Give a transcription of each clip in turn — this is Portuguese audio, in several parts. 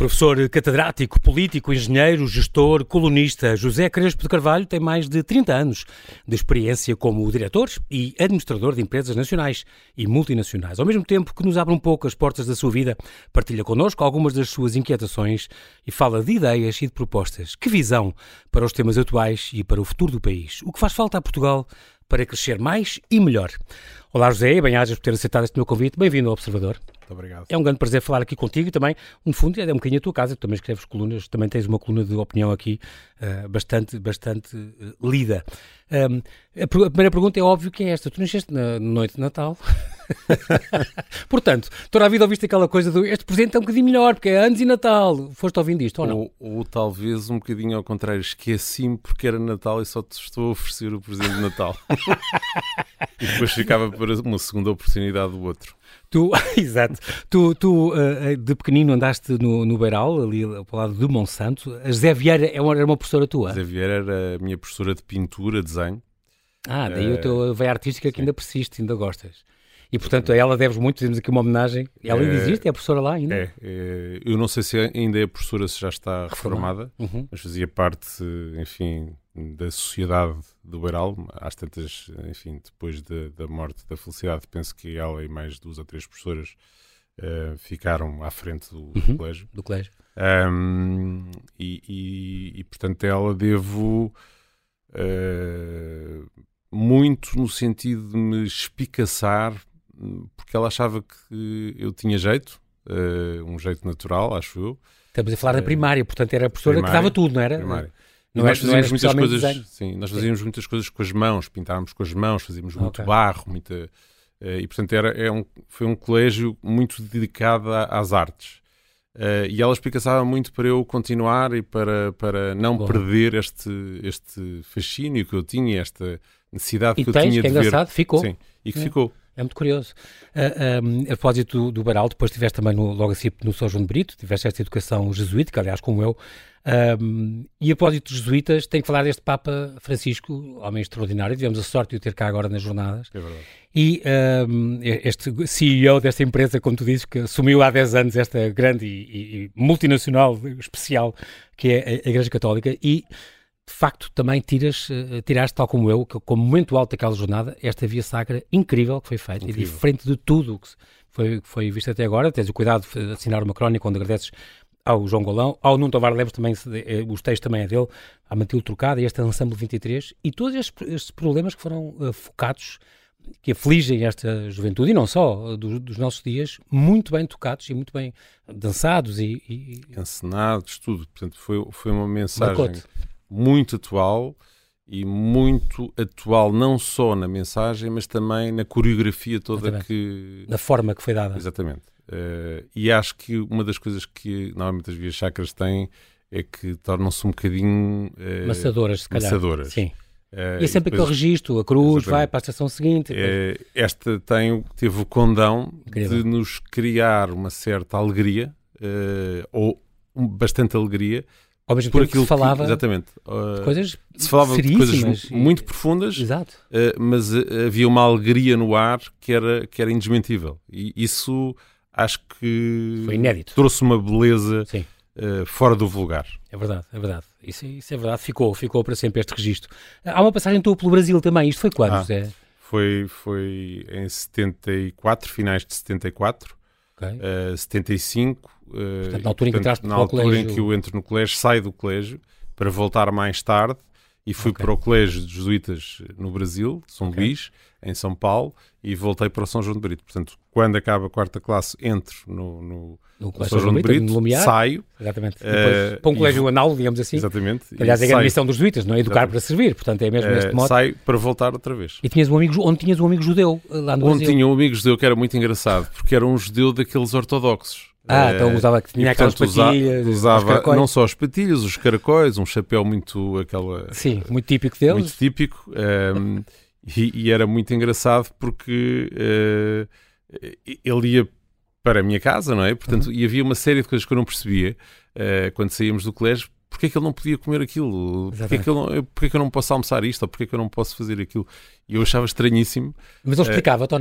Professor catedrático, político, engenheiro, gestor, colunista, José Crespo de Carvalho tem mais de 30 anos de experiência como diretor e administrador de empresas nacionais e multinacionais. Ao mesmo tempo que nos abre um pouco as portas da sua vida, partilha connosco algumas das suas inquietações e fala de ideias e de propostas. Que visão para os temas atuais e para o futuro do país? O que faz falta a Portugal para crescer mais e melhor? Olá José, e bem-ajas por ter aceitado este meu convite. Bem-vindo ao Observador. Muito obrigado. É um grande prazer falar aqui contigo e também, no fundo, é um bocadinho a tua casa. Tu também escreves colunas, também tens uma coluna de opinião aqui bastante lida. A primeira pergunta é óbvio que é esta. Tu nasceste na noite de Natal. Portanto, toda a vida ouviste aquela coisa do este presente é um bocadinho melhor, porque é anos e Natal. Foste ouvindo isto ou não? Ou talvez um bocadinho ao contrário, esqueci-me porque era Natal e só te estou a oferecer o presente de Natal. E depois ficava para uma segunda oportunidade do outro. Exato. Tu de pequenino andaste no Beiral, ali ao lado de Monsanto. A Zé Vieira era uma professora tua? A Zé Vieira era a minha professora de pintura, desenho. Daí a tua veia artística que ainda persiste, ainda gostas. E, portanto, a ela deves muito, fizemos aqui uma homenagem. Ela ainda existe? É a professora lá ainda? Eu não sei se ainda é professora, se já está reformada, mas fazia parte, enfim, da sociedade do Beiral. Às tantas, enfim, depois da morte, da felicidade, penso que ela e mais 2 ou 3 professoras ficaram à frente do colégio. Do colégio. E, portanto, ela devo muito no sentido de me espicaçar, porque ela achava que eu tinha jeito, um jeito natural, acho eu. Estamos a falar da primária, portanto era a professora que dava tudo, não era? Primária. Nós fazíamos muitas coisas, sim, nós fazíamos muitas coisas com as mãos, pintávamos com as mãos, fazíamos muito barro, e portanto foi um colégio muito dedicado às artes. E ela espicaçava muito para eu continuar e para não perder este fascínio que eu tinha, esta necessidade que eu tinha de ver. É engraçado, ficou. Sim, e que ficou. É muito curioso. A propósito do Beiral, depois estiveste também logo assim no São João de Brito, tiveste esta educação jesuítica, aliás, como eu, e a propósito dos jesuítas, tenho que falar deste Papa Francisco, homem extraordinário, tivemos a sorte de o ter cá agora nas jornadas. É verdade. E este CEO desta empresa, como tu dizes, que assumiu há 10 anos esta grande e multinacional especial que é a Igreja Católica e de facto, também tiraste, tal como eu, que como momento alto daquela jornada, esta via sacra incrível que foi feita e diferente de tudo o que foi visto até agora. Tens o cuidado de assinar uma crónica onde agradeces ao João Golão, ao Nuno Tovar Leves, também, os textos também é dele, à Matilde Trocada e este Ensemble 23, e todos estes problemas que foram focados, que afligem esta juventude, e não só, dos nossos dias, muito bem tocados e muito bem dançados e encenados, tudo. Portanto, foi uma mensagem muito atual não só na mensagem, mas também na coreografia toda na forma que foi dada. Exatamente. E acho que uma das coisas que normalmente as vias sacras têm é que tornam-se um bocadinho maçadoras, se calhar. Maçadoras. Sim. E é sempre aquele registro, a cruz vai para a estação seguinte. Esta teve o condão de nos criar uma certa alegria, ou bastante alegria, ao mesmo tempo que se falava exatamente, de coisas se falava de coisas muito profundas, mas havia uma alegria no ar que era indesmentível. E isso acho que foi inédito. Trouxe uma beleza fora do vulgar. É verdade. Isso é verdade. Ficou para sempre este registro. Há uma passagem tua pelo Brasil também. Isto foi quando, José? Foi em 74, finais de 74, 75. Portanto, na altura em que entraste na altura em que eu entro no colégio, saio do colégio para voltar mais tarde e fui para o colégio de jesuítas no Brasil, São Luís, em São Paulo, e voltei para o São João de Brito. Portanto, quando acaba a 4ª classe, entro no São João de Brito, saio. Exatamente. Depois, para um colégio anal, digamos assim. Exatamente. Aliás, é a missão dos jesuítas, não é? Educar para servir. Portanto, é mesmo neste modo. Saio para voltar outra vez. E onde tinhas um amigo judeu lá no Brasil? Onde tinha um amigo judeu que era muito engraçado, porque era um judeu daqueles ortodoxos. Então usava que tinha aquelas patilhas. Usava não só as patilhas, os caracóis, um chapéu muito Sim, muito típico deles. Muito típico. E era muito engraçado porque ele ia para a minha casa, não é? Portanto, e havia uma série de coisas que eu não percebia quando saíamos do colégio. Porquê é que ele não podia comer aquilo? Porquê é que eu não posso almoçar isto? Ou porquê é que eu não posso fazer aquilo? E eu achava estranhíssimo. Mas ele explicava-te ou não?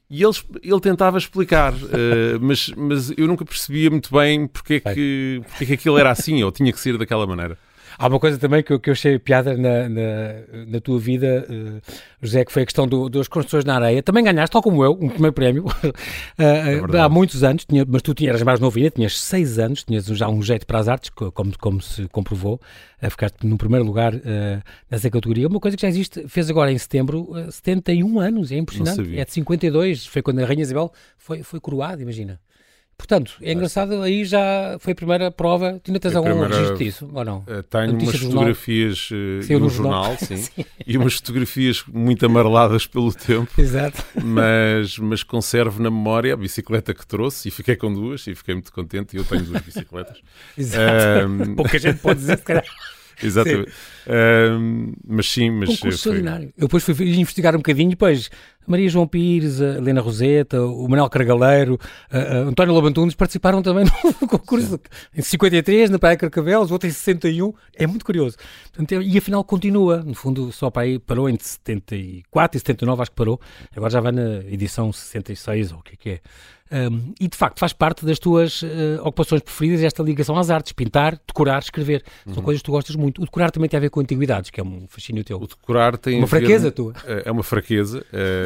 E ele tentava explicar, mas eu nunca percebia muito bem porque é que aquilo era assim, ou tinha que ser daquela maneira. Há uma coisa também que eu achei piada na tua vida, José, que foi a questão das construções na areia. Também ganhaste, tal como eu, um primeiro prémio há muitos anos, mas tu eras mais novo ainda, tinhas 6 anos, tinhas já um jeito para as artes, como se comprovou, ficaste no primeiro lugar nessa categoria. Uma coisa que já existe, fez agora em setembro, 71 anos, é impressionante, é de 52, foi quando a Rainha Isabel foi coroada, imagina. Portanto, é engraçado, aí já foi a primeira prova. Tu ainda tens algum registro disso, ou não? Tenho umas fotografias no jornal, sim, sim. E umas fotografias muito amareladas pelo tempo. Exato. Mas conservo na memória a bicicleta que trouxe, e fiquei com 2, e fiquei muito contente, e eu tenho 2 bicicletas. Exato. Pouca gente pode dizer, se calhar. Exatamente. Mas sim, mas concurso extraordinário. Eu depois fui investigar um bocadinho, depois Maria João Pires, a Helena Roseta, o Manuel Cargaleiro, António Lobantunes participaram também no concurso. Sim. Em 53, na Praia de Carcavelos, outro em 61. É muito curioso. Portanto, e afinal continua. No fundo, só para aí parou em 74 e 79, acho que parou. Agora já vai na edição 66, ou o que é. E de facto faz parte das tuas ocupações preferidas esta ligação às artes, pintar, decorar, escrever. São coisas que tu gostas muito. O decorar também tem a ver com antiguidades, que é um fascínio teu. O decorar tem uma fraqueza tua. É uma fraqueza.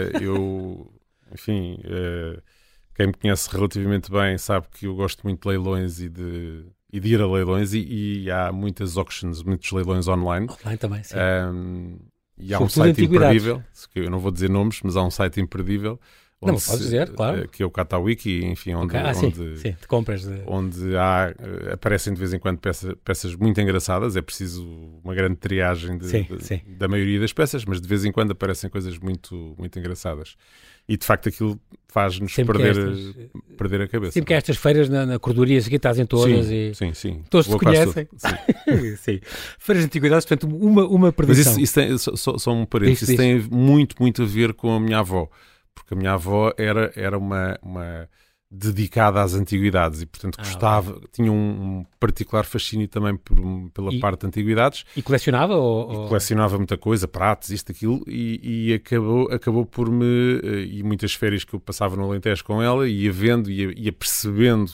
Enfim, quem me conhece relativamente bem sabe que eu gosto muito de leilões e de ir a leilões, e há muitas auctions, muitos leilões online. Online também, sim. E há um site imperdível, que eu não vou dizer nomes, mas há um site imperdível. Não, podes dizer, claro. Que é o Katawiki, enfim, onde de compras onde aparecem de vez em quando peças muito engraçadas. É preciso uma grande triagem da maioria das peças, mas de vez em quando aparecem coisas muito, muito engraçadas. E de facto aquilo faz-nos perder a cabeça. Sempre que estas feiras na corredoria, aqui estás em todas, sim. Todos te conhecem. Sim. Feiras de antiguidades, portanto, uma perdição. Mas isso tem, só um parênteses, isso tem muito, muito a ver com a minha avó. Porque a minha avó era uma dedicada às antiguidades e, portanto, tinha um particular fascínio também pela parte de antiguidades. E colecionava? E colecionava muita coisa, pratos, isto, aquilo, e acabou por me... E muitas férias que eu passava no Alentejo com ela, ia vendo, ia percebendo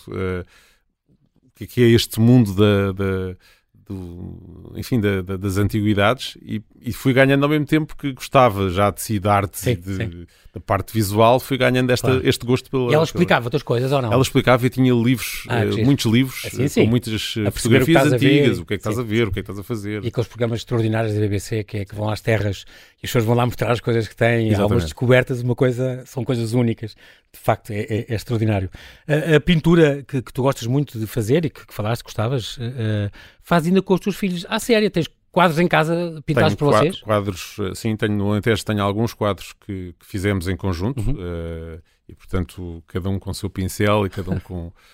o que é este mundo das antiguidades, e fui ganhando ao mesmo tempo que gostava já de si, de artes e da parte visual, fui ganhando este gosto pela... E ela explicava outras coisas ou não? Ela explicava, e tinha livros, muitos livros, com muitas fotografias antigas, o que é que estás a ver, o que é que estás a fazer. E aqueles programas extraordinários da BBC que vão às terras e as pessoas vão lá mostrar as coisas que têm, algumas descobertas, são coisas únicas. De facto, é extraordinário. A pintura que tu gostas muito de fazer e que falaste, gostavas, faz ainda com os teus filhos à séria? Tens quadros em casa pintados por vocês? Quadros, sim, no Alentejo tenho alguns quadros que fizemos em conjunto, e portanto cada um com o seu pincel e cada um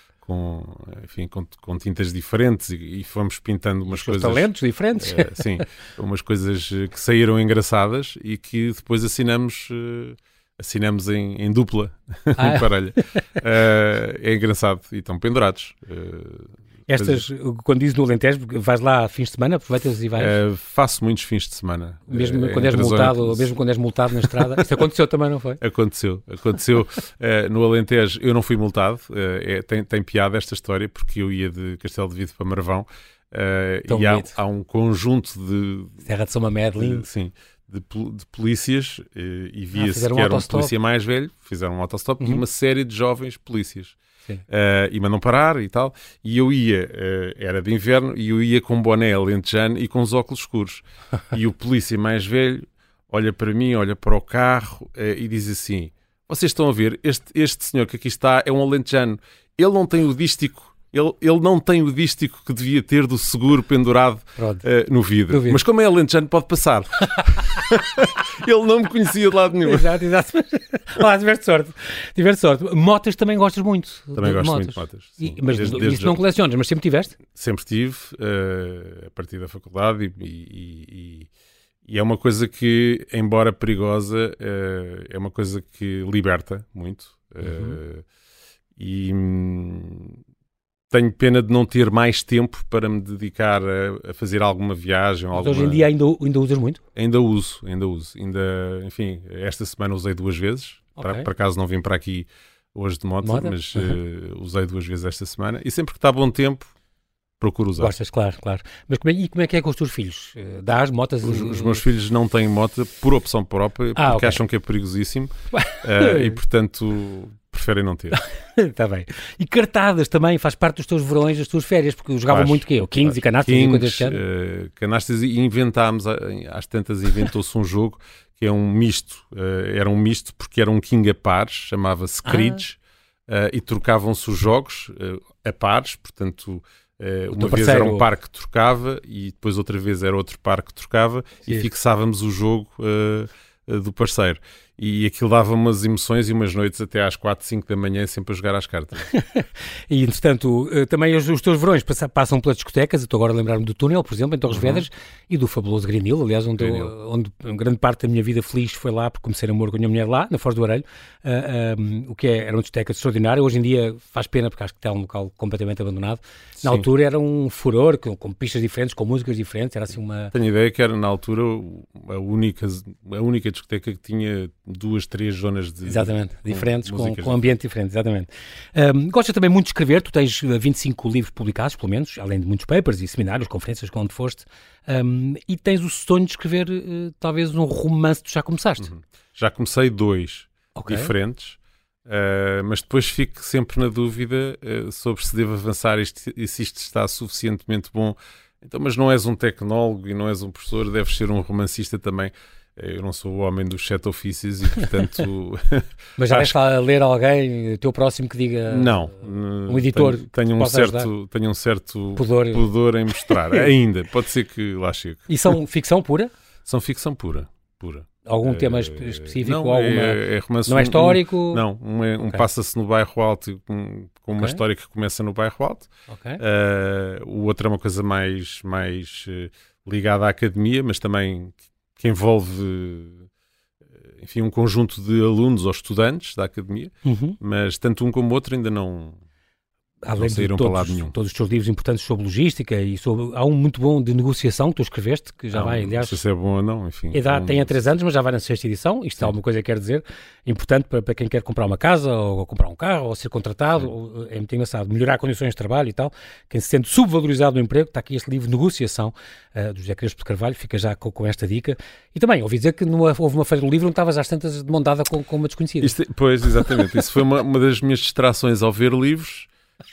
com tintas diferentes, e fomos pintando umas coisas... talentos diferentes. Sim, umas coisas que saíram engraçadas e que depois assinamos em dupla, em parelha. É engraçado, e estão pendurados. Estas, quando dizes no Alentejo, vais lá a fins de semana, aproveitas e vais? Faço muitos fins de semana. Mesmo quando és multado na estrada? Isso aconteceu também, não foi? Aconteceu. No Alentejo eu não fui multado. Tem piada esta história, porque eu ia de Castelo de Vide para Marvão, e há um conjunto de... Serra de São Mamed, lindo. Sim. De polícias, e via-se que era um polícia mais velho, fizeram um autostop, e uma série de jovens polícias. E mandam parar e tal, e eu ia, era de inverno, e eu ia com boné alentejano e com os óculos escuros, e o polícia mais velho olha para mim, olha para o carro, e diz assim: vocês estão a ver, este senhor que aqui está é um alentejano, ele não tem o dístico. Ele não tem o dístico que devia ter do seguro pendurado no vidro. Mas como é alentejano, pode passar. Ele não me conhecia de lado nenhum. Exato. Tiveste sorte. Motas também gostas muito? Também gosto muito de motas. Mas isso não colecionas, mas sempre tiveste? Sempre tive, a partir da faculdade, e é uma coisa que, embora perigosa, é uma coisa que liberta muito. tenho pena de não ter mais tempo para me dedicar a fazer alguma viagem. Mas hoje em dia ainda usas muito? Ainda uso. Enfim, esta semana usei 2 vezes. Por acaso não vim para aqui hoje de moto, mas usei 2 vezes esta semana. E sempre que está bom tempo, procuro usar. Gostas, claro. Mas como é que é com os teus filhos? Dás motas? Os meus filhos não têm moto por opção própria, porque acham que é perigosíssimo. E, portanto, preferem não ter. Está bem. E cartadas também faz parte dos teus verões, das tuas férias, porque jogavam muito o quê? O Kings e canastas e coisas deste género? Canastas, e inventámos, às tantas inventou-se um jogo que é um misto. Era um misto porque era um King a pares, chamava-se Cridge, e trocavam-se os jogos a pares, portanto... uma vez era um par que trocava e depois outra vez era outro par que trocava e fixávamos o jogo do parceiro. E aquilo dava umas emoções e umas noites até às 4, 5 da manhã sempre a jogar às cartas. E, entretanto, também os teus verões passam pelas discotecas. Estou agora a lembrar-me do Túnel, por exemplo, em Torres Vedras, e do fabuloso Green Hill, aliás, onde grande parte da minha vida feliz foi lá, porque comecei a namorar com a minha mulher lá, na Foz do Arelho, o que era uma discoteca extraordinária. Hoje em dia faz pena, porque acho que está um local completamente abandonado. Na altura era um furor, com pistas diferentes, com músicas diferentes, era assim uma... Tenho ideia que era, na altura, a única discoteca que tinha 2, 3 zonas de... Exatamente, diferentes, com ambiente diferente, exatamente. Gostas também muito de escrever, tu tens 25 livros publicados, pelo menos, além de muitos papers e seminários, conferências, onde foste, e tens o sonho de escrever talvez um romance que tu já começaste. Já comecei 2 diferentes, mas depois fico sempre na dúvida sobre se devo avançar e se isto está suficientemente bom. Então, mas não és um tecnólogo e não és um professor, deves ser um romancista também. Eu não sou o homem dos 7 ofícios e, portanto... Mas já vais lá ler alguém, o teu próximo, que diga... Não. Um editor tenho um certo pudor em mostrar. Ainda. Pode ser que lá chegue. E são ficção pura? São ficção pura. Algum tema específico? Não, romance, não é histórico? Passa-se no Bairro Alto, com uma história que começa no Bairro Alto. O outro é uma coisa mais ligada à academia, mas também... que envolve, enfim, um conjunto de alunos ou estudantes da academia, mas tanto um como o outro ainda não saíram para lado nenhum. Todos os teus livros importantes sobre logística e há um muito bom de negociação que tu escreveste, que já vai, aliás... Não sei se é bom ou não, enfim. Tem há 3 anos, mas já vai na 6ª edição. Isto é alguma coisa que quer dizer, importante para quem quer comprar uma casa, ou comprar um carro, ou ser contratado. É muito engraçado. Melhorar condições de trabalho e tal. Quem se sente subvalorizado no emprego, está aqui este livro, Negociação, do José Crespo de Carvalho, fica já com esta dica. E também, ouvi dizer que houve uma feira do livro onde estavas às tantas de mão dada com uma desconhecida. Pois, exatamente. Isso foi uma das minhas distrações ao ver livros.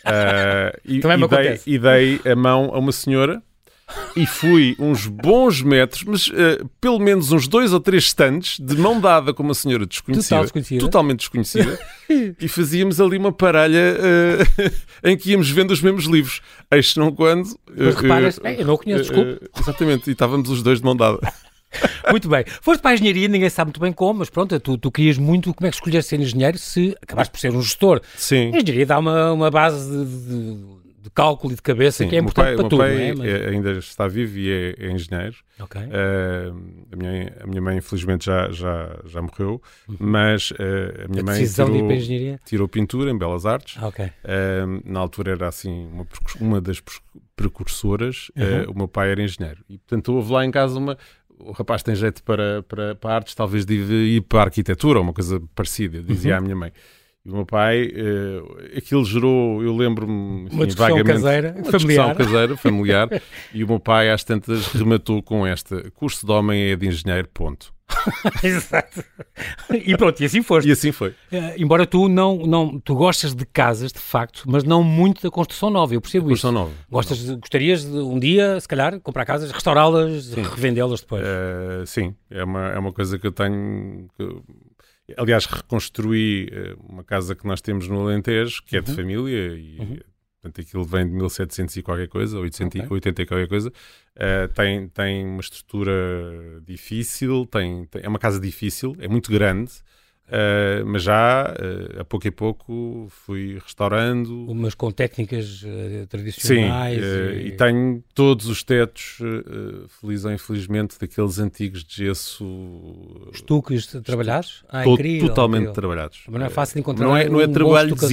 E dei a mão a uma senhora e fui uns bons metros, mas pelo menos uns 2 ou 3 stands de mão dada com uma senhora totalmente desconhecida, e fazíamos ali uma parelha em que íamos vendo os mesmos livros. Eis não quando... Mas reparas, eu não o conheço, desculpe. Exatamente, e estávamos os 2 de mão dada. Muito bem. Foste para a engenharia, ninguém sabe muito bem como, mas pronto, tu querias muito. Como é que escolheste ser engenheiro se acabaste por ser um gestor? Sim. A engenharia dá uma base de cálculo e de cabeça. Sim, que é importante para tudo, não é? Mas... ainda está vivo e é engenheiro. A minha mãe, infelizmente, já morreu, mas a minha mãe tirou pintura em Belas Artes. Na altura era assim uma das precursoras. O meu pai era engenheiro. E, portanto, houve lá em casa o rapaz tem jeito para artes, talvez de ir para a arquitetura ou uma coisa parecida, dizia a minha mãe. E o meu pai, aquilo gerou, eu lembro-me, uma discussão caseira, familiar, e o meu pai às tantas rematou com curso de homem é de engenheiro, ponto. Exato. E pronto, e assim foste. E assim foi. Embora tu tu gostas de casas, de facto, mas não muito da construção nova, eu percebo isso. Gostarias de um dia, se calhar, comprar casas, restaurá-las, revendê-las depois? Sim, é uma coisa que eu tenho... Aliás, reconstruí uma casa que nós temos no Alentejo, que é de família, e portanto aquilo vem de 1700 e qualquer coisa, 80 e qualquer coisa. Tem uma estrutura difícil, é uma casa difícil, é muito grande, mas já a pouco e pouco fui restaurando. Umas com técnicas tradicionais. Sim, e tenho todos os tetos, feliz ou infelizmente, daqueles antigos de gesso. Estuques trabalhados? Totalmente trabalhados. Mas não é fácil de encontrar. Não é trabalhozinho,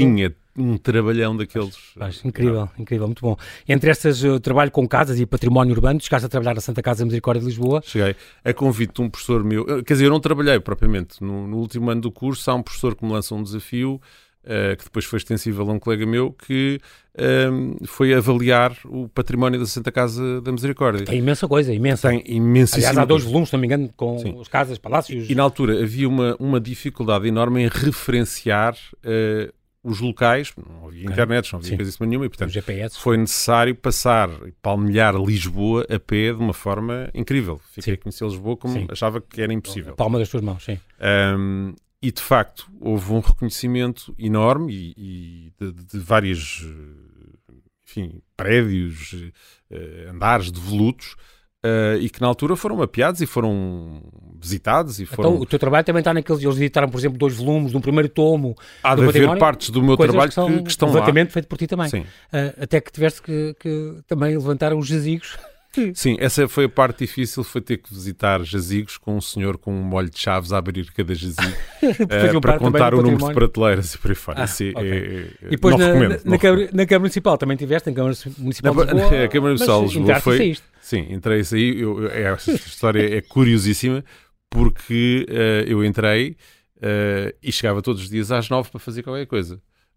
um trabalhão daqueles. Incrível, incrível, muito bom. Entre estas, eu trabalho com casas e património urbano, chegaste a trabalhar na Santa Casa Misericórdia de Lisboa. Cheguei a convite de um professor meu, quer dizer, eu não trabalhei propriamente. No último ano do curso há um professor que me lança um desafio, que depois foi extensível a um colega meu, que foi avaliar o património da Santa Casa da Misericórdia. Tem imensa coisa, imensa. Tem imensíssima. Aliás, há 2 volumes, se não me engano, com as casas, palácios. E na altura havia uma dificuldade enorme em referenciar os locais, não havia internet, não havia coisa nenhuma, e portanto foi necessário palmilhar Lisboa a pé de uma forma incrível. Fiquei a conhecer Lisboa como achava que era impossível. Palma das tuas mãos, sim. E de facto houve um reconhecimento enorme e de vários, enfim, prédios, andares devolutos, e que na altura foram mapeados e foram visitados. E foram... Então o teu trabalho também está naqueles, eles editaram, por exemplo, 2 volumes de um primeiro tomo. Há de haver partes do meu trabalho que estão lá. Levantamento feito por ti também. Sim. Até que tiveste que também levantar os jazigos. Sim, essa foi a parte difícil, foi ter que visitar jazigos com um senhor com um molho de chaves a abrir cada jazigo para contar o número de prateleiras e por aí fora. E depois na Câmara Municipal também tiveste, na Câmara Municipal de Lisboa. A Câmara Municipal de Lisboa foi... Sim, entrei aí, esta história é curiosíssima, porque eu entrei e chegava todos os dias às 9 para fazer qualquer coisa.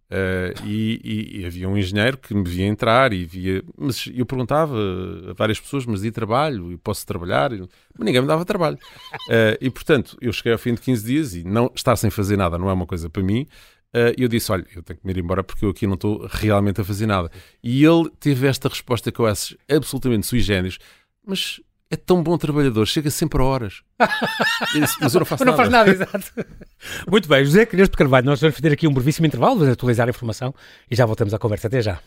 E havia um engenheiro que me via entrar e via, mas eu perguntava a várias pessoas, mas e trabalho? E posso trabalhar? Mas ninguém me dava trabalho. E portanto, eu cheguei ao fim de 15 dias e não estar sem fazer nada não é uma coisa para mim. E eu disse, olha, eu tenho que me ir embora porque eu aqui não estou realmente a fazer nada. E ele teve esta resposta que eu acho absolutamente sui generis, mas é tão bom trabalhador, chega sempre a horas. Mas eu não faço nada. Não faz nada, exato. Muito bem, José Crespo de Carvalho, nós vamos fazer aqui um brevíssimo intervalo, vamos atualizar a informação e já voltamos à conversa. Até já.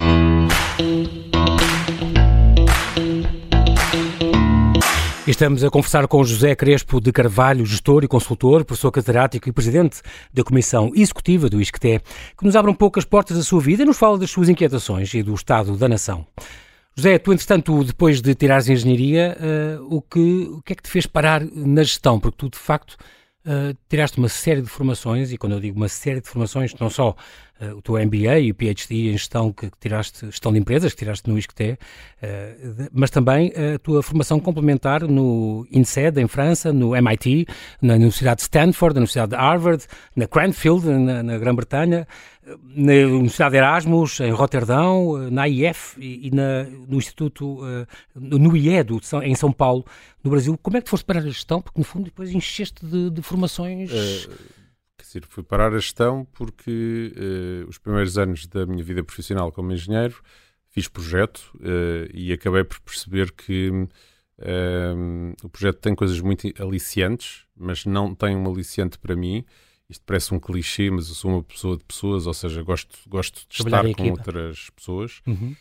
Estamos a conversar com José Crespo de Carvalho, gestor e consultor, professor catedrático e presidente da Comissão Executiva do ISCTE, que nos abre um pouco as portas da sua vida e nos fala das suas inquietações e do estado da nação. José, tu, entretanto, depois de tirares Engenharia, o que é que te fez parar na gestão? Porque tu, de facto, tiraste uma série de formações, e quando eu digo uma série de formações, não só o teu MBA e o PhD em gestão que tiraste, gestão de empresas, que tiraste no ISCTE, mas também a tua formação complementar no INSEAD, em França, no MIT, na Universidade de Stanford, na Universidade de Harvard, na Cranfield, na Grã-Bretanha, na Universidade de Erasmus, em Roterdão, na AIF e no Instituto, no IEDO, em São Paulo, no Brasil. Como é que tu foste parar a gestão? Porque, no fundo, depois encheste de formações... Quer dizer, fui parar a gestão porque os primeiros anos da minha vida profissional como engenheiro fiz projeto e acabei por perceber que o projeto tem coisas muito aliciantes, mas não tem um aliciante para mim. Isto parece um clichê, mas eu sou uma pessoa de pessoas, ou seja, gosto de estar com outras pessoas.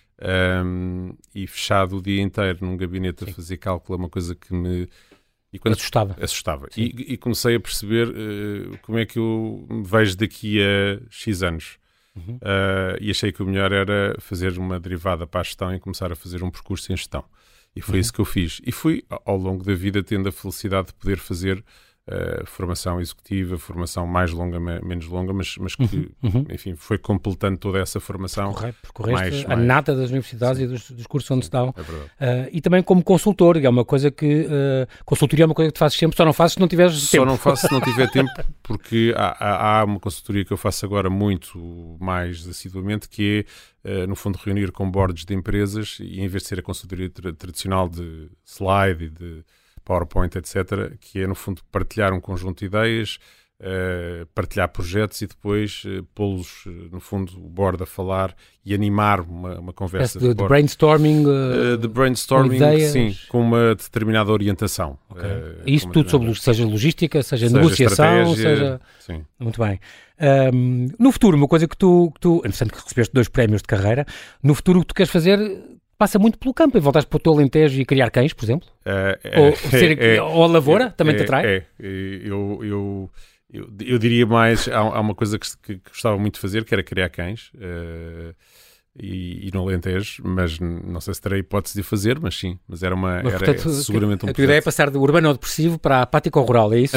E fechado o dia inteiro num gabinete a fazer cálculo é uma coisa que me... Assustava. E comecei a perceber como é que eu me vejo daqui a X anos. E achei que o melhor era fazer uma derivada para a gestão e começar a fazer um percurso em gestão. E foi isso que eu fiz. E fui, ao longo da vida, tendo a felicidade de poder fazer formação executiva, formação mais longa, menos longa, mas que, enfim, foi completando toda essa formação. Percorreste a nata das universidades e dos cursos onde se dão. É verdade. E também como consultor, é uma coisa que... consultoria é uma coisa que tu fazes sempre, só não fazes se não tiveres tempo. Só não faço se não tiver tempo, porque há uma consultoria que eu faço agora muito mais assiduamente, que é, no fundo, reunir com boards de empresas e em vez de ser a consultoria tradicional de slide e de PowerPoint, etc., que é, no fundo, partilhar um conjunto de ideias, partilhar projetos e depois pô-los, no fundo, o board a falar e animar uma conversa. De brainstorming? De brainstorming, sim, com uma determinada orientação. Isso tudo sobre, seja logística, seja negociação, seja... Sim. Muito bem. No futuro, uma coisa que tu interessante que recebeste 2 prémios de carreira, no futuro o que tu queres fazer... Passa muito pelo campo e voltaste para o teu Alentejo e criar cães, por exemplo? Ou a lavoura, também te atrai? Eu diria mais, há uma coisa que gostava muito de fazer, que era criar cães. e no Alentejo, mas não sei se terei hipótese de fazer, mas sim, mas era portanto, seguramente um projeto. A tua ideia é passar do urbano ao depressivo para a apático-rural, é isso?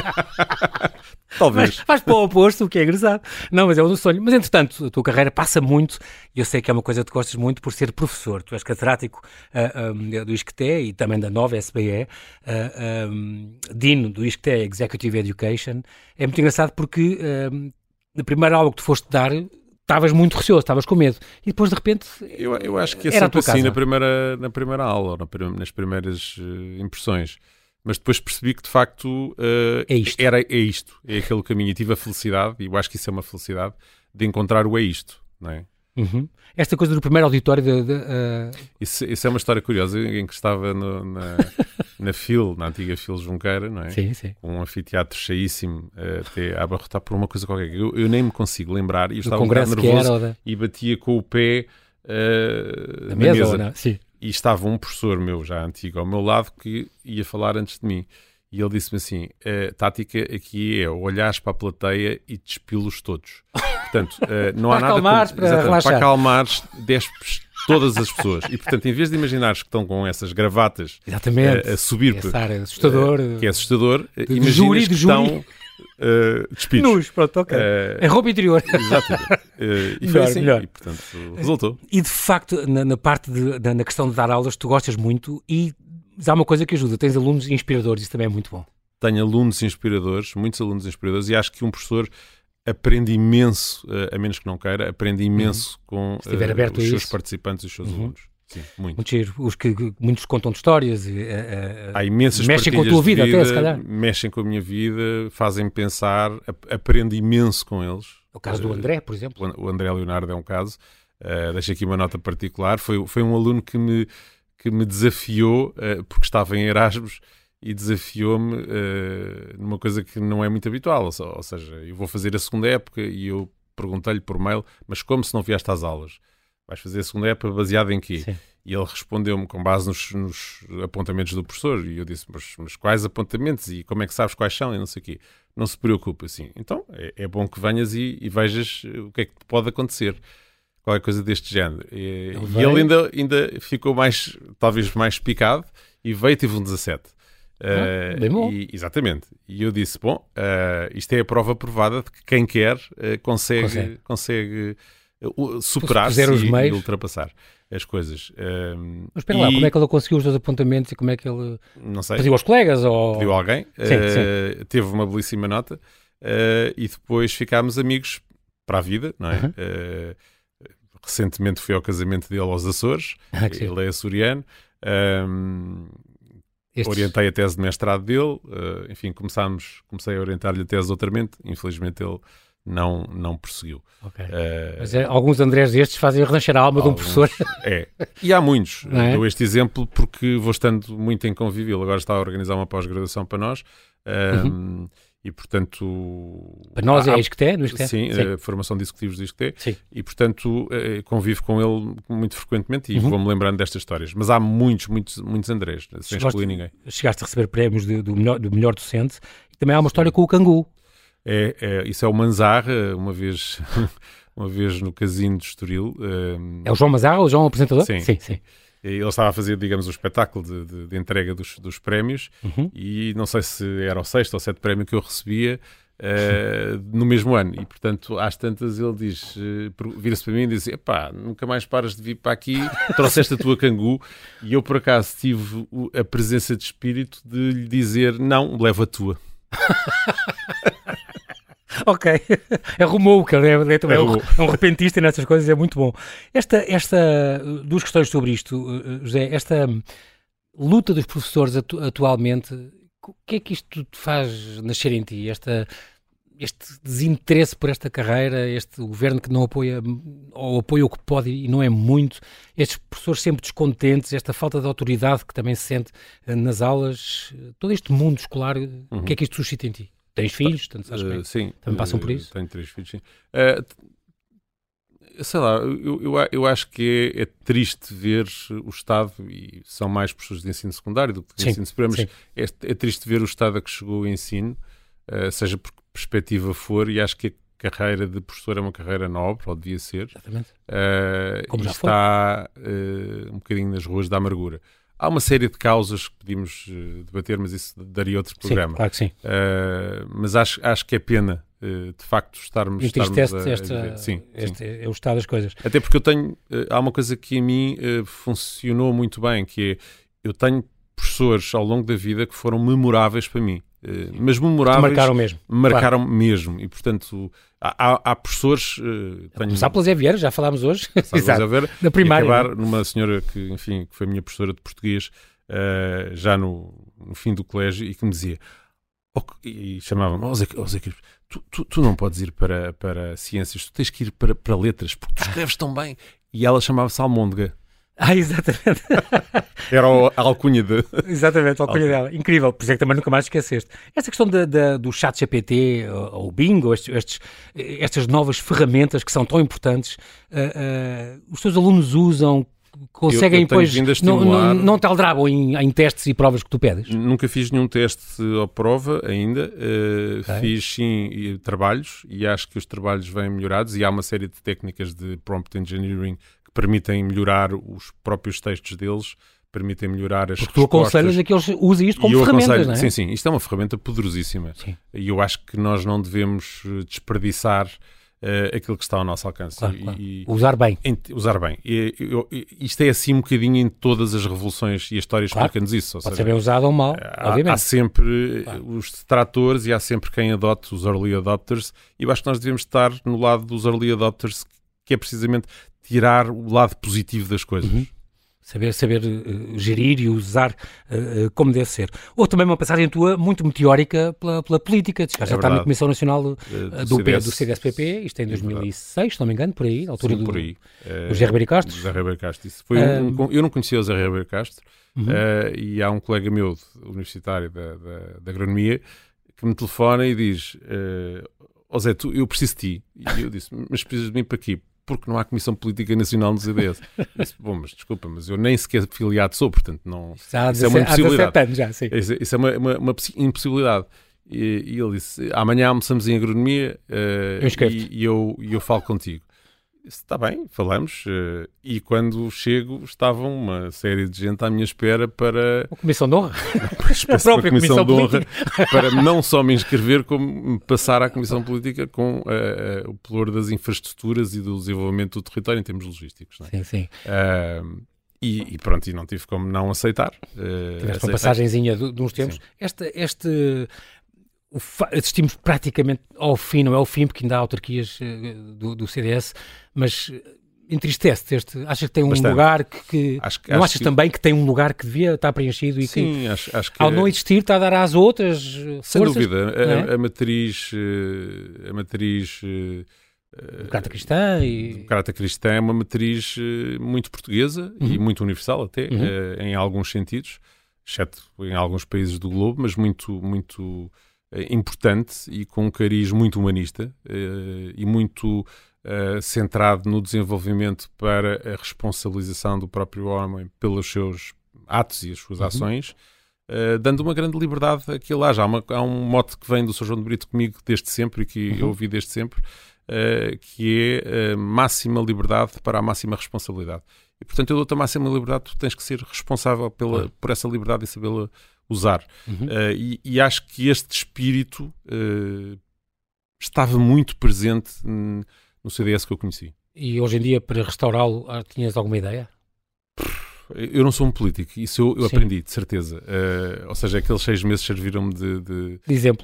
Talvez. Vais para o oposto, o que é engraçado. Não, mas é um sonho. Mas, entretanto, a tua carreira passa muito, e eu sei que é uma coisa que tu gostas muito, por ser professor. Tu és catedrático do ISCTE e também da nova SBE, Dean do ISCTE Executive Education. É muito engraçado porque na primeira aula que tu foste dar, estavas muito receoso, estavas com medo. E depois, de repente, eu acho que é era sempre assim na primeira aula, nas primeiras impressões. Mas depois percebi que, de facto, é isto. É isto. É aquele caminho. E tive a felicidade, e eu acho que isso é uma felicidade, de encontrar o é isto, não é? Uhum. Esta coisa do primeiro auditório Isso é uma história curiosa, em que estava na FIL, na antiga FIL Junqueira, não é? Sim, sim. Com um anfiteatro cheíssimo, até a abarrotar por uma coisa qualquer. Eu nem me consigo lembrar, e eu estava um bocado nervoso e batia com o pé na mesa. Ou não? Sim. E estava um professor meu, já antigo, ao meu lado, que ia falar antes de mim. E ele disse-me assim, a tática aqui é olhares para a plateia e despí-los todos. Portanto, não há nada para acalmares, despes todas as pessoas. E, portanto, em vez de imaginares que estão com essas gravatas a subir, assustador, que é assustador, imaginas que estão despidos. Nus, pronto, ok. Em roupa interior. Exatamente. E foi assim, e portanto resultou. E de facto, na parte na questão de dar aulas, tu gostas muito e há uma coisa que ajuda, tens alunos inspiradores, isso também é muito bom. Tenho alunos inspiradores, muitos alunos inspiradores, e acho que um professor aprende imenso, a menos que não queira, aprende imenso com os seus participantes e os seus alunos. Sim, muito giro. Muitos contam de histórias. Há imensas mexem com a tua vida, até se calhar. Mexem com a minha vida, fazem pensar, aprendo imenso com eles. O caso do André, por exemplo. O André Leonardo é um caso. Deixo aqui uma nota particular. Foi um aluno que me desafiou, porque estava em Erasmus, e desafiou-me numa coisa que não é muito habitual. Ou seja, eu vou fazer a segunda época e eu perguntei-lhe por mail, mas como se não vieste às aulas? Vais fazer a segunda época baseada em quê? Sim. E ele respondeu-me com base nos apontamentos do professor. E eu disse, mas quais apontamentos? E como é que sabes quais são? E não sei o quê. Não se preocupe, assim. Então, é bom que venhas e vejas o que é que pode acontecer. Qualquer coisa deste género. E ele ainda ficou talvez mais picado, e veio e tive um 17. Bem bom. Exatamente. E eu disse, isto é a prova provada de que quem quer consegue superar-se e ultrapassar as coisas. Mas espera lá, como é que ele conseguiu os dois apontamentos e como é que ele... Não sei. Pediu aos colegas? Ou... Pediu a alguém. Sim. Teve uma belíssima nota e depois ficámos amigos para a vida, não é? Recentemente fui ao casamento dele aos Açores. Ele é açoriano. Orientei a tese de mestrado dele. Enfim, comecei a orientar-lhe a tese de doutoramento. Infelizmente ele não prosseguiu. Okay. Mas alguns Andrés destes fazem renascer a alma de um professor. E há muitos. Dou este exemplo porque vou estando muito em convívio. Ele agora está a organizar uma pós-graduação para nós. E, portanto... Para nós é ISCTE, no ISCTE? Sim, a formação de executivos do ISCTE. Sim. E, portanto, convivo com ele muito frequentemente e vou-me lembrando destas histórias. Mas há muitos Andrés, sem excluir ninguém. Chegaste a receber prémios do melhor docente. E também há uma história com o Cangu. Isso é o Manzarra, uma vez no Casino de Estoril. É o João Manzarra, o João apresentador? Sim. Ele estava a fazer, digamos, o espetáculo de entrega dos prémios e não sei se era o 6º ou 7º prémio que eu recebia no mesmo ano. E, portanto, às tantas ele vira-se para mim e diz: epá, nunca mais paras de vir para aqui, trouxeste a tua Cangu. E eu, por acaso, tive a presença de espírito de lhe dizer: não, leva a tua. Ok, arrumou, que é um repentista nessas coisas, é muito bom. Duas questões sobre isto, José. Esta luta dos professores atualmente, o que é que isto te faz nascer em ti? Este desinteresse por esta carreira, este governo que não apoia, ou apoia o que pode e não é muito, estes professores sempre descontentes, esta falta de autoridade que também se sente nas aulas, todo este mundo escolar, o que é que isto suscita em ti? Tens filhos? Tanto sabes bem. Sim. Também passam por isso? Tenho 3 filhos, sim. Sei lá, eu acho que é triste ver o Estado, e são mais professores de ensino secundário do que de ensino superior, mas é triste ver o Estado a que chegou o ensino, seja por que perspectiva for, e acho que carreira de professor é uma carreira nobre, ou devia ser. Exatamente. Como já está um bocadinho nas ruas da amargura. Há uma série de causas que podíamos debater, mas isso daria outro programa. Sim, claro que sim. Mas acho que é pena, de facto, estarmos é o estado das coisas. Até porque eu tenho... há uma coisa que em mim funcionou muito bem, que é, eu tenho professores ao longo da vida que foram memoráveis para mim. Mas memoráveis... Marcaram mesmo. E, portanto, há professores... Começar pela Zé Vieira, já falámos hoje. Exato. Na primária. E acabar numa senhora que foi minha professora de português, já no fim do colégio, e que me dizia... E chamava-me, Zé, tu não podes ir para ciências, tu tens que ir para letras, porque tu escreves tão bem. E ela chamava-se Almôndega. Exatamente. Era a alcunha de... Exatamente, a alcunha dela. Incrível, por isso é que também nunca mais esqueceste. Essa questão do chat GPT, ou o Bing, ou estas novas ferramentas que são tão importantes, os teus alunos usam, conseguem depois, não te aldrabam em testes e provas que tu pedes? Nunca fiz nenhum teste ou prova ainda, fiz sim trabalhos, e acho que os trabalhos vêm melhorados, e há uma série de técnicas de prompt engineering que permitem melhorar os próprios textos deles, permitem melhorar as respostas. Tu aconselhas a que eles usem isto como ferramentas, não é? Sim, isto é uma ferramenta poderosíssima. Sim. E eu acho que nós não devemos desperdiçar aquilo que está ao nosso alcance. Claro. Usar bem. Usar bem. Isto é assim um bocadinho em todas as revoluções, e a história explica-nos isso. Pode ser bem usado ou mal, obviamente. Há sempre os detratores e há sempre quem adote, os early adopters, e eu acho que nós devemos estar no lado dos early adopters, que é precisamente tirar o lado positivo das coisas. Uhum. Saber gerir e usar como deve ser. Ou também uma passagem tua muito meteórica pela política. Já está na Comissão Nacional do CDS-PP, isto é em 2006, se não me engano, por aí, na altura do José Ribeiro Castro. José Ribeiro Castro. Eu não conhecia o José Ribeiro Castro, e há um colega meu, universitário da Agronomia, que me telefona e diz: Zé, eu preciso de ti. E eu disse: mas precisas de mim para quê? Porque não há Comissão Política Nacional no CDS. Disse: bom, mas desculpa, mas eu nem sequer afiliado sou, portanto não... Isso é uma impossibilidade. Há 17 anos já, sim. Isso é uma impossibilidade. E ele disse: amanhã almoçamos em Agronomia, e eu falo contigo. Está bem, falamos, e quando chego estava uma série de gente à minha espera para... A Comissão de Honra? A própria Comissão de Honra, para não só me inscrever, como passar à Comissão Política com o pelour das infraestruturas e do desenvolvimento do território em termos logísticos. Não é? Sim. E pronto, e não tive como não aceitar. Tiveste uma passagenzinha de uns tempos. Assistimos praticamente ao fim, não é ao fim, porque ainda há autarquias do CDS, mas entristece-te achas que tem um lugar que não achas também que tem um lugar que devia estar preenchido e sim, que acho que ao não existir está a dar às outras sem forças? Dúvida, a matriz Democrata Cristã é uma matriz muito portuguesa e muito universal até, em alguns sentidos, exceto em alguns países do globo, mas muito importante e com um cariz muito humanista e muito centrado no desenvolvimento para a responsabilização do próprio homem pelos seus atos e as suas ações, dando uma grande liberdade a que ele haja. Há um mote que vem do Sr. João de Brito comigo desde sempre e que eu ouvi desde sempre, que é máxima liberdade para a máxima responsabilidade. E, portanto, eu dou-te a máxima liberdade, tu tens que ser responsável por essa liberdade e sabê-la usar. E acho que este espírito estava muito presente no CDS que eu conheci. E hoje em dia, para restaurá-lo, tinhas alguma ideia? Eu não sou um político, isso eu aprendi, de certeza. Ou seja, aqueles 6 meses serviram-me de exemplo.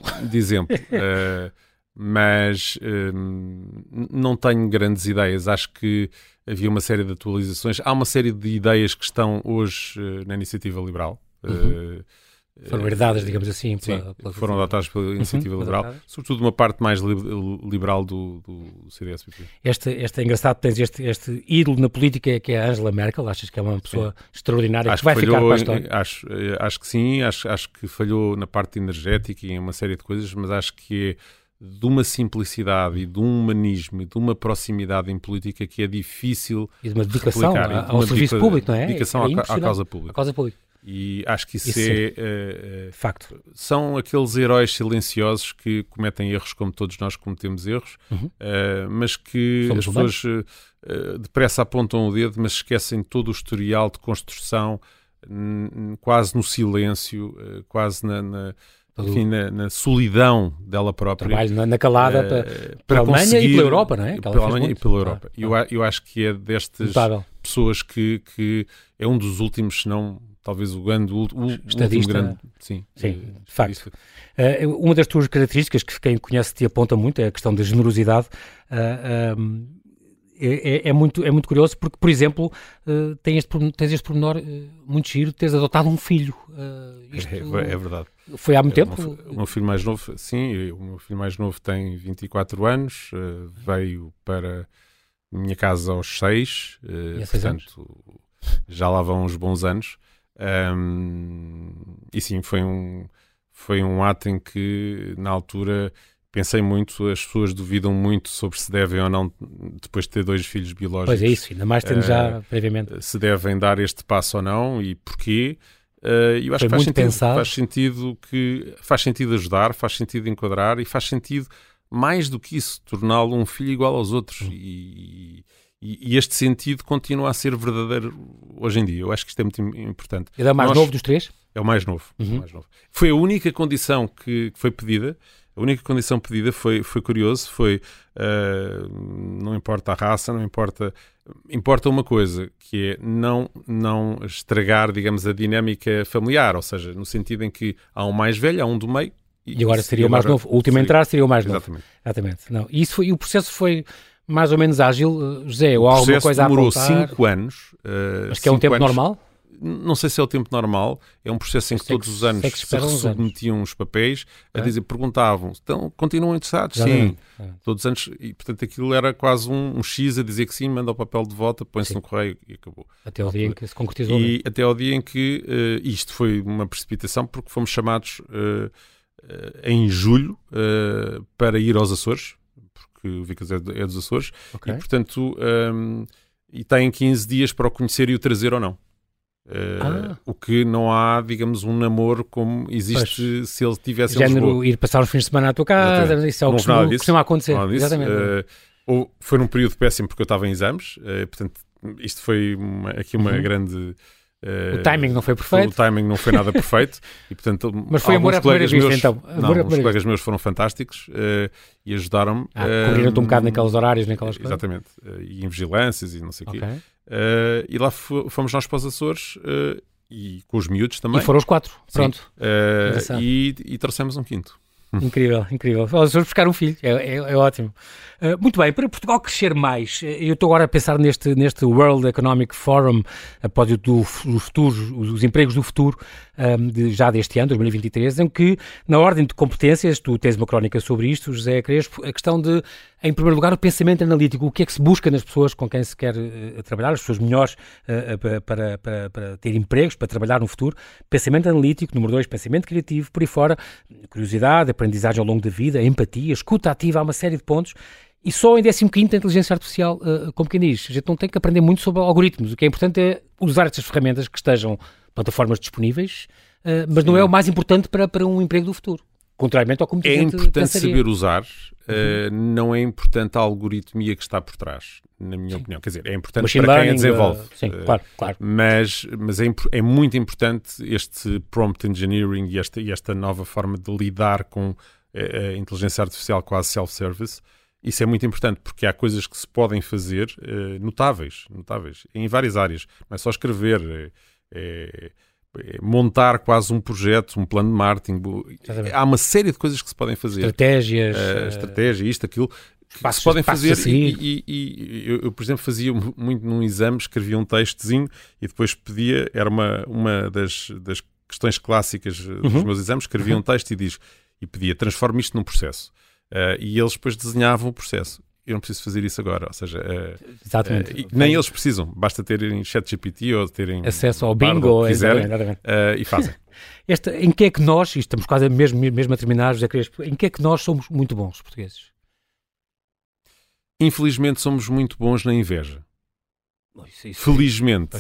Mas não tenho grandes ideias. Acho que havia uma série de atualizações. Há uma série de ideias que estão hoje na Iniciativa Liberal. Foram herdadas, digamos assim. Foram adotadas pela Iniciativa Liberal, sobretudo uma parte mais liberal do CDS-PP. Este é engraçado, tens este ídolo na política que é a Angela Merkel. Achas que é uma pessoa extraordinária que vai ficar para a história? Acho que sim, acho que falhou na parte energética e em uma série de coisas, mas acho que é de uma simplicidade e de um humanismo e de uma proximidade em política que é difícil e de uma dedicação ao serviço público, não é? Dedicação à causa pública. E acho que isso facto. São aqueles heróis silenciosos que cometem erros como todos nós cometemos erros, mas que somos as pessoas depressa apontam o dedo, mas esquecem todo o historial de construção, quase no silêncio, quase na solidão dela própria. Trabalho na calada para a Alemanha e pela Europa, não é? Pela Alemanha e pela Europa. Eu acho que é destas pessoas que é um dos últimos, se não talvez o último grande... Sim, de facto. Uma das tuas características, que quem conhece te aponta muito, é a questão da generosidade. É muito curioso porque, por exemplo, tens este pormenor muito giro de teres adotado um filho. É verdade. Foi há muito tempo? O meu filho mais novo, sim, o meu filho mais novo tem 24 anos, veio para a minha casa aos 6, portanto já lá vão uns bons anos. E sim, foi um ato em que na altura pensei muito, as pessoas duvidam muito sobre se devem ou não, depois de ter 2 filhos biológicos. Pois é isso, ainda mais tendo já previamente. Se devem dar este passo ou não e porquê. Eu acho que faz sentido ajudar, faz sentido enquadrar e faz sentido, mais do que isso, torná-lo um filho igual aos outros. E este sentido continua a ser verdadeiro hoje em dia. Eu acho que isto é muito importante. Ele é o mais novo dos 3? É o mais novo. Mais novo. Foi a única condição que foi pedida. A única condição pedida foi curioso, não importa a raça, não importa... Importa uma coisa, que é não estragar, digamos, a dinâmica familiar, ou seja, no sentido em que há um mais velho, há um do meio... E agora seria o mais novo. O último a entrar seria o mais novo. Exatamente. Não. E o processo foi mais ou menos ágil, José, ou há alguma coisa a apontar? O processo demorou 5 anos. Mas que é um tempo normal? Não sei se é o tempo normal, é um processo em que todos os anos se submetiam os papéis a dizer, perguntavam, então continuam interessados? Sim, todos os anos, e portanto aquilo era quase um X a dizer que sim, manda o papel de volta, põe-se no correio e acabou. Até ao dia em que se concretizou. E até ao dia em que isto foi uma precipitação, porque fomos chamados em julho para ir aos Açores, porque o Vicas é dos Açores, e portanto e têm 15 dias para o conhecer e o trazer ou não. O que não há, digamos, um namoro como existe se ele tivesse em Lisboa. Ir passar uns fins de semana à tua casa. Exatamente. Isso é o que costuma acontecer. Exatamente. Foi num período péssimo porque eu estava em exames, portanto isto foi aqui uma grande... o timing não foi perfeito. O timing não foi nada perfeito. E, portanto, mas foi amor à primeira vista, então. Os colegas meus foram fantásticos e ajudaram-me. Cobriram-te um bocado naqueles horários, naquelas coisas. Exatamente. E em vigilâncias e não sei o quê. E lá fomos nós para os Açores e com os miúdos também. E foram os 4, pronto. E trouxemos um quinto. Incrível. Vamos buscar um filho, é ótimo. Muito bem, para Portugal crescer mais, eu estou agora a pensar neste World Economic Forum, após os empregos do futuro, já deste ano, 2023, em que, na ordem de competências, tu tens uma crónica sobre isto, José Crespo, a questão de, em primeiro lugar, o pensamento analítico, o que é que se busca nas pessoas com quem se quer trabalhar, as pessoas melhores para ter empregos, para trabalhar no futuro. Pensamento analítico, número 2, pensamento criativo, por aí fora, curiosidade, aprendizagem ao longo da vida, empatia, escuta ativa, há uma série de pontos. E só em 15º a inteligência artificial, como quem diz, a gente não tem que aprender muito sobre algoritmos. O que é importante é usar estas ferramentas que estejam plataformas disponíveis, mas não é o mais importante para um emprego do futuro. Contrariamente ao que muita gente importante pensaria. Saber usar, não é importante a algoritmia que está por trás, na minha opinião. Quer dizer, é importante Machine para learning, quem a desenvolve. Sim, claro. Mas é muito importante este prompt engineering e esta nova forma de lidar com a inteligência artificial quase self-service. Isso é muito importante porque há coisas que se podem fazer notáveis, em várias áreas. Não é só escrever, montar quase um projeto, um plano de marketing. Há uma série de coisas que se podem fazer. Estratégia, isto, aquilo, que se podem fazer. E eu, por exemplo, fazia muito num exame, escrevia um textozinho e depois pedia, era uma das questões clássicas dos meus exames, escrevia um texto e pedia, transforme isto num processo. E eles depois desenhavam o processo. Eu não preciso fazer isso agora, ou seja, nem eles precisam, basta terem ChatGPT ou terem acesso ao bingo, e fazem. Em que é que nós, e estamos quase mesmo a terminar, José Crespo, em que é que nós somos muito bons, os portugueses? Infelizmente somos muito bons na inveja. Felizmente,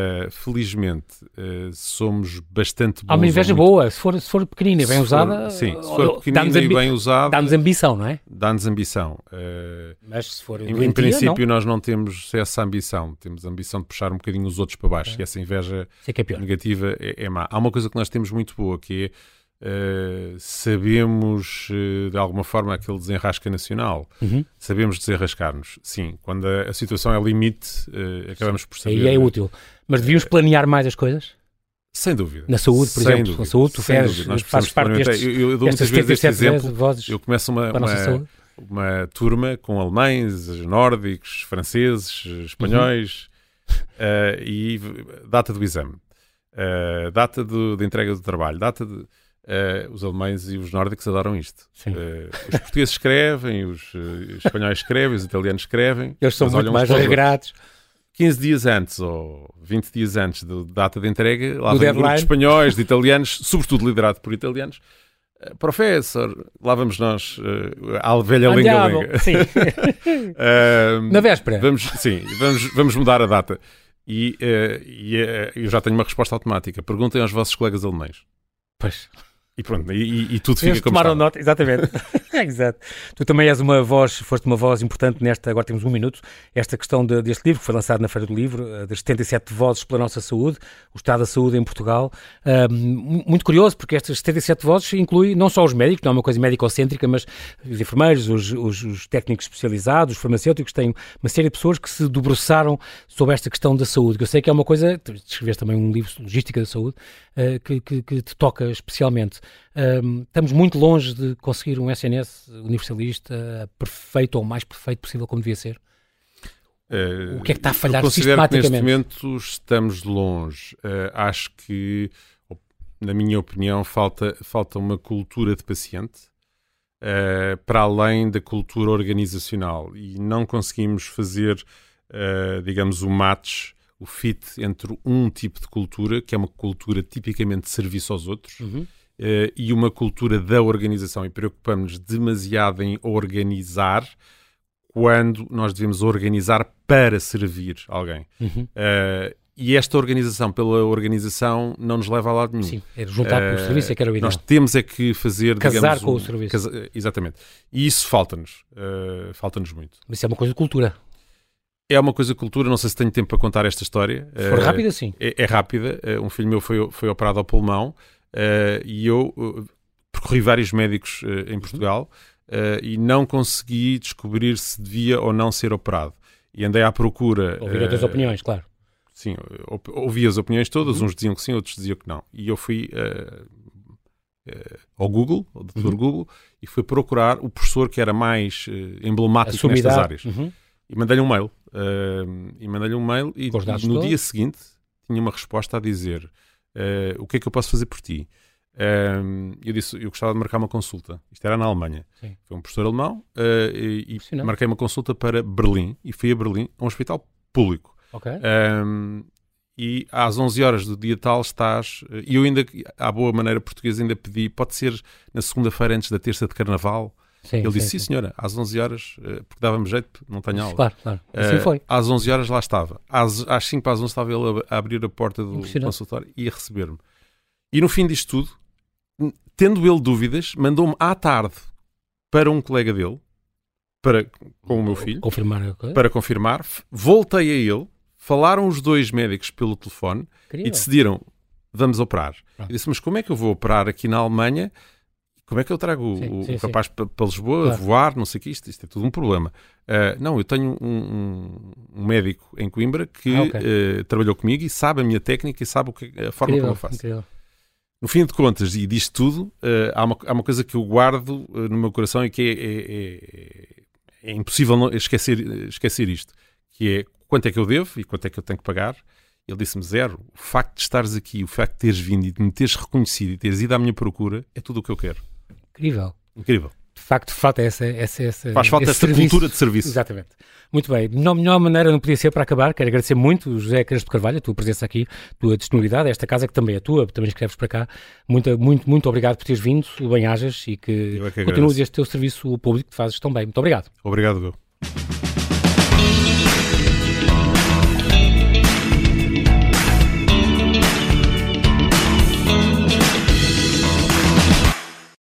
somos bastante bons. Há uma inveja boa, se for pequenina e bem usada, sim, se for pequenina e bem usada, dá-nos ambição, não é? Dá-nos ambição. Mas se for em princípio, nós não temos essa ambição. Temos a ambição de puxar um bocadinho os outros para baixo. E essa inveja negativa é má. Há uma coisa que nós temos muito boa, que é sabemos, de alguma forma, aquele desenrasca nacional. Sabemos desenrascar-nos. Sim, quando a situação é limite, acabamos por saber. Aí é útil. Mas devíamos planear mais as coisas? Sem dúvida. Na saúde, por exemplo. Dúvida. Na saúde, tu fazes parte destes... Eu dou muitas vezes este exemplo. Eu começo uma turma com alemães, nórdicos, franceses, espanhóis, e data do exame, data de entrega do trabalho, data de... os alemães e os nórdicos adoram isto. Os portugueses escrevem, os espanhóis escrevem, os italianos escrevem. Eles são muito mais regrados. 15 dias antes ou 20 dias antes da data de entrega, lá vem um grupo de espanhóis, de italianos, sobretudo liderado por italianos. Professor, lá vamos nós, à velha lenga-lenga. Na véspera. Vamos mudar a data. E eu já tenho uma resposta automática. Perguntem aos vossos colegas alemães. Pois. E pronto, e tudo fica como tomaram nota, exatamente. Exato. Tu também és foste uma voz importante nesta, agora temos um minuto, esta questão deste livro, que foi lançado na Feira do Livro, das 77 vozes pela nossa saúde, o estado da saúde em Portugal. Muito curioso, porque estas 77 vozes incluem não só os médicos, não é uma coisa médico-cêntrica, mas os enfermeiros, os técnicos especializados, os farmacêuticos, têm uma série de pessoas que se debruçaram sobre esta questão da saúde, que eu sei que é uma coisa, tu escreveste também um livro sobre logística da saúde, que te toca especialmente. Estamos muito longe de conseguir um SNS universalista perfeito ou o mais perfeito possível como devia ser. O que é que está a falhar sistematicamente? Neste momento estamos longe. Acho que, na minha opinião, falta uma cultura de paciente para além da cultura organizacional, e não conseguimos fazer, digamos, o match, o fit entre um tipo de cultura, que é uma cultura tipicamente de serviço aos outros, e uma cultura da organização, e preocupamos-nos demasiado em organizar quando nós devemos organizar para servir alguém. E esta organização pela organização não nos leva a lado nenhum. Sim, é juntar com o serviço é que era o ideal. Nós temos que fazer, casar com o serviço. Exatamente. E isso falta-nos. Falta-nos muito. Mas isso é uma coisa de cultura. É uma coisa de cultura, não sei se tenho tempo para contar esta história. Se for rápida, sim. É rápida. Um filho meu foi operado ao pulmão, e eu percorri vários médicos em Portugal, e não consegui descobrir se devia ou não ser operado. E andei à procura... Ouvir outras opiniões, claro. Sim, ouvi as opiniões todas, uns diziam que sim, outros diziam que não. E eu fui ao Google, ao Dr. Google, e fui procurar o professor que era mais emblemático nestas áreas. E mandei-lhe um mail. E no dia seguinte tinha uma resposta a dizer: o que é que eu posso fazer por ti? Eu disse, eu gostava de marcar uma consulta. Isto era na Alemanha. Sim. Foi um professor alemão, e marquei uma consulta para Berlim, e fui a Berlim, a um hospital público. E às 11 horas do dia tal estás... E eu ainda, à boa maneira portuguesa, ainda pedi, pode ser na segunda-feira antes da terça de Carnaval? Sim, ele disse, sim, senhora, às 11 horas, porque dava-me jeito, não tenho aula. Claro. Assim foi. Às 11 horas lá estava. Às 5 para as 11 estava ele a abrir a porta do consultório e a receber-me. E no fim disto tudo, tendo ele dúvidas, mandou-me à tarde para um colega dele, com o meu filho, para confirmar. Voltei a ele, falaram os dois médicos pelo telefone e decidiram, vamos operar. Eu disse, mas como é que eu vou operar aqui na Alemanha? Como é que eu trago o rapaz para Lisboa, voar, não sei o que, isto é tudo um problema. Não, eu tenho um médico em Coimbra que trabalhou comigo e sabe a minha técnica e sabe a forma como eu faço. No fim de contas, e disto tudo, há uma coisa que eu guardo no meu coração e que é impossível não esquecer isto, que é quanto é que eu devo e quanto é que eu tenho que pagar. Ele disse-me, Zero, o facto de estares aqui, o facto de teres vindo e de me teres reconhecido e teres ido à minha procura, é tudo o que eu quero. Incrível. De facto, falta essa faz falta essa cultura de serviço. Exatamente. Muito bem. De melhor maneira não podia ser para acabar. Quero agradecer muito, José Crespo de Carvalho, a tua presença aqui, a tua disponibilidade. Esta casa que também é tua, também escreves para cá. Muito obrigado por teres vindo, bem-ajas, e que continues este teu serviço público que fazes tão bem. Muito obrigado. Obrigado, Gil.